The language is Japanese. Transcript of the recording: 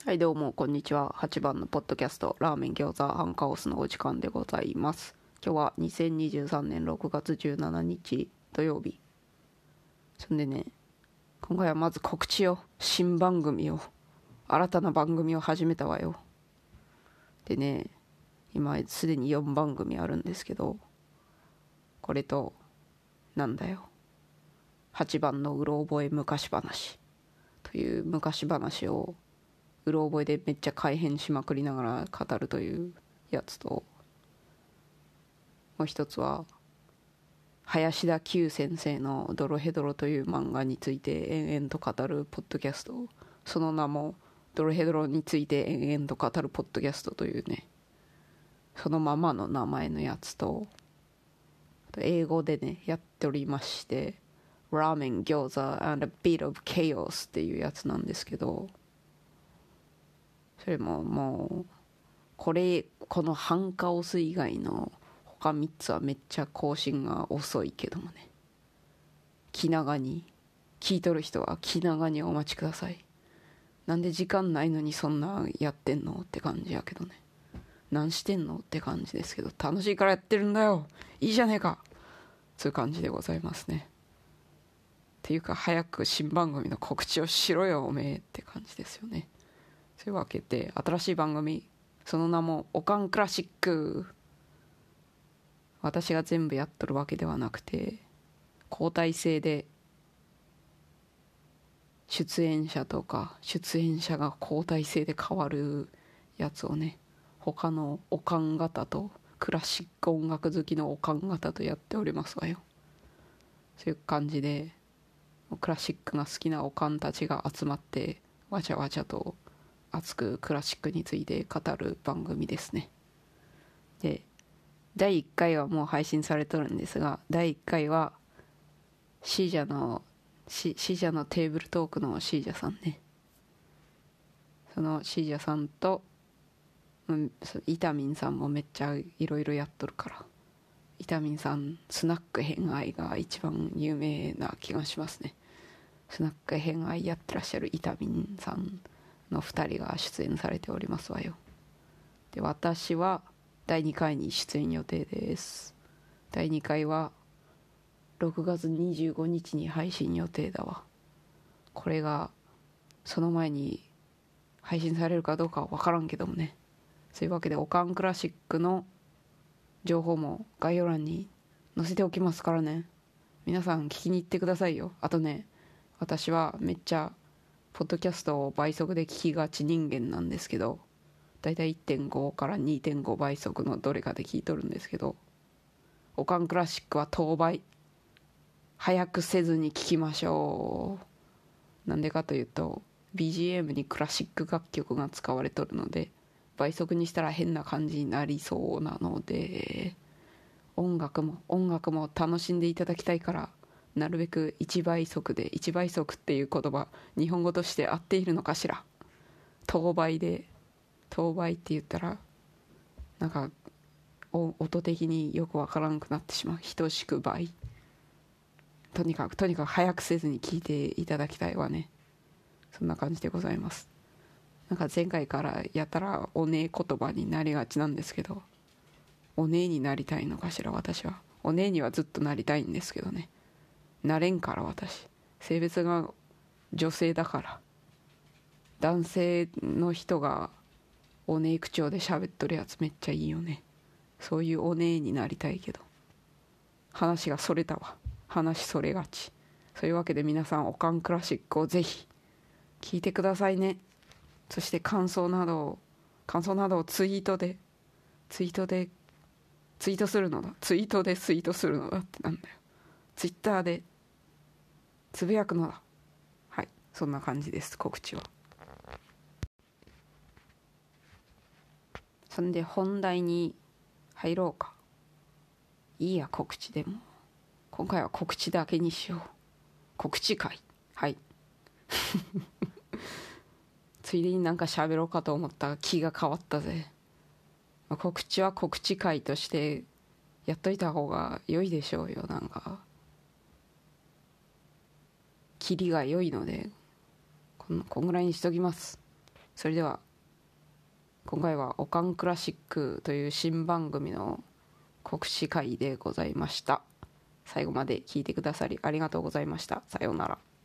はいどうもこんにちは。8番のポッドキャストラーメン餃子ハンカオスのお時間でございます。今日は2023年6月17日土曜日。そんでね、今回はまず告知を、新番組を、新たな番組を始めたわよ。でね、今すでに4番組あるんですけど、これとなんだよ、8番のうろ覚え昔話という昔話をうろ覚えでめっちゃ改変しまくりながら語るというやつと、もう一つは林田久先生のドロヘドロという漫画について延々と語るポッドキャスト、その名もドロヘドロについて延々と語るポッドキャストというね、そのままの名前のやつと、あと英語でねやっておりまして、ラーメン餃子 and a bit of chaos っていうやつなんですけど、それももうこのハンカオス以外の他3つはめっちゃ更新が遅いけどもね、気長に聞いとる人は気長にお待ちください。なんで時間ないのにそんなやってんのって感じやけどね、何してんのって感じですけど、楽しいからやってるんだよ、いいじゃねえか、そういう感じでございますね。っていうか早く新番組の告知をしろよおめえって感じですよね。そういうわけで新しい番組、その名もおかんクラシック。私が全部やっとるわけではなくて、交代制で出演者とか出演者が交代制で変わるやつをね、他のおかん方とクラシック音楽好きのおかん方とやっておりますわよ。そういう感じでクラシックが好きなおかんたちが集まってわちゃわちゃと熱くクラシックについて語る番組ですね。で、第1回はもう配信されとるんですが、第1回はシージャのテーブルトークのシージャさんね、そのシージャさんとイタミンさんもめっちゃいろいろやっとるから、イタミンさんスナック偏愛が一番有名な気がしますね。スナック偏愛やってらっしゃるイタミンさんの2人が出演されておりますわよ。で、私は第2回に出演予定です。第2回は6月25日に配信予定だわ。これがその前に配信されるかどうかは分からんけどもね。そういうわけでおかんクラシックの情報も概要欄に載せておきますからね、皆さん聞きに行ってくださいよ。あとね、私はめっちゃポッドキャストを倍速で聞きがち人間なんですけど、だいたい 1.5 から 2.5 倍速のどれかで聞いとるんですけど、おかんクラシックは当倍早くせずに聞きましょう。なんでかというと BGM にクラシック楽曲が使われとるので、倍速にしたら変な感じになりそうなので、音楽も楽しんでいただきたいから、なるべく1倍速で、1倍速っていう言葉日本語として合っているのかしら。等倍って言ったらなんか音的によくわからなくなってしまう。等しく倍、とにかく早くせずに聞いていただきたいわね。そんな感じでございます。なんか前回からやたらおねえ言葉になりがちなんですけど、おねえになりたいのかしら。私はおねえにはずっとなりたいんですけどね、なれんから。私性別が女性だから、男性の人がおねえ口調で喋っとるやつめっちゃいいよね。そういうおねえになりたいけど、話がそれたわ。話それがち。そういうわけで皆さんおかんクラシックをぜひ聞いてくださいね。そして感想などをツイートでツイートするのだってなんだよ。ツイッターでつぶやくのだ。はい、そんな感じです、告知は。そんで本題に入ろうか。いいや、告知でも今回は告知だけにしよう。告知会。はいついでになんか喋ろうかと思ったが気が変わったぜ。告知は告知会としてやっといた方が良いでしょうよ。なんかキリが良いのでこんぐらいにしときます。 それでは今回はオカンクラシックという新番組の告知会でございました。最後まで聞いてくださりありがとうございました。さようなら。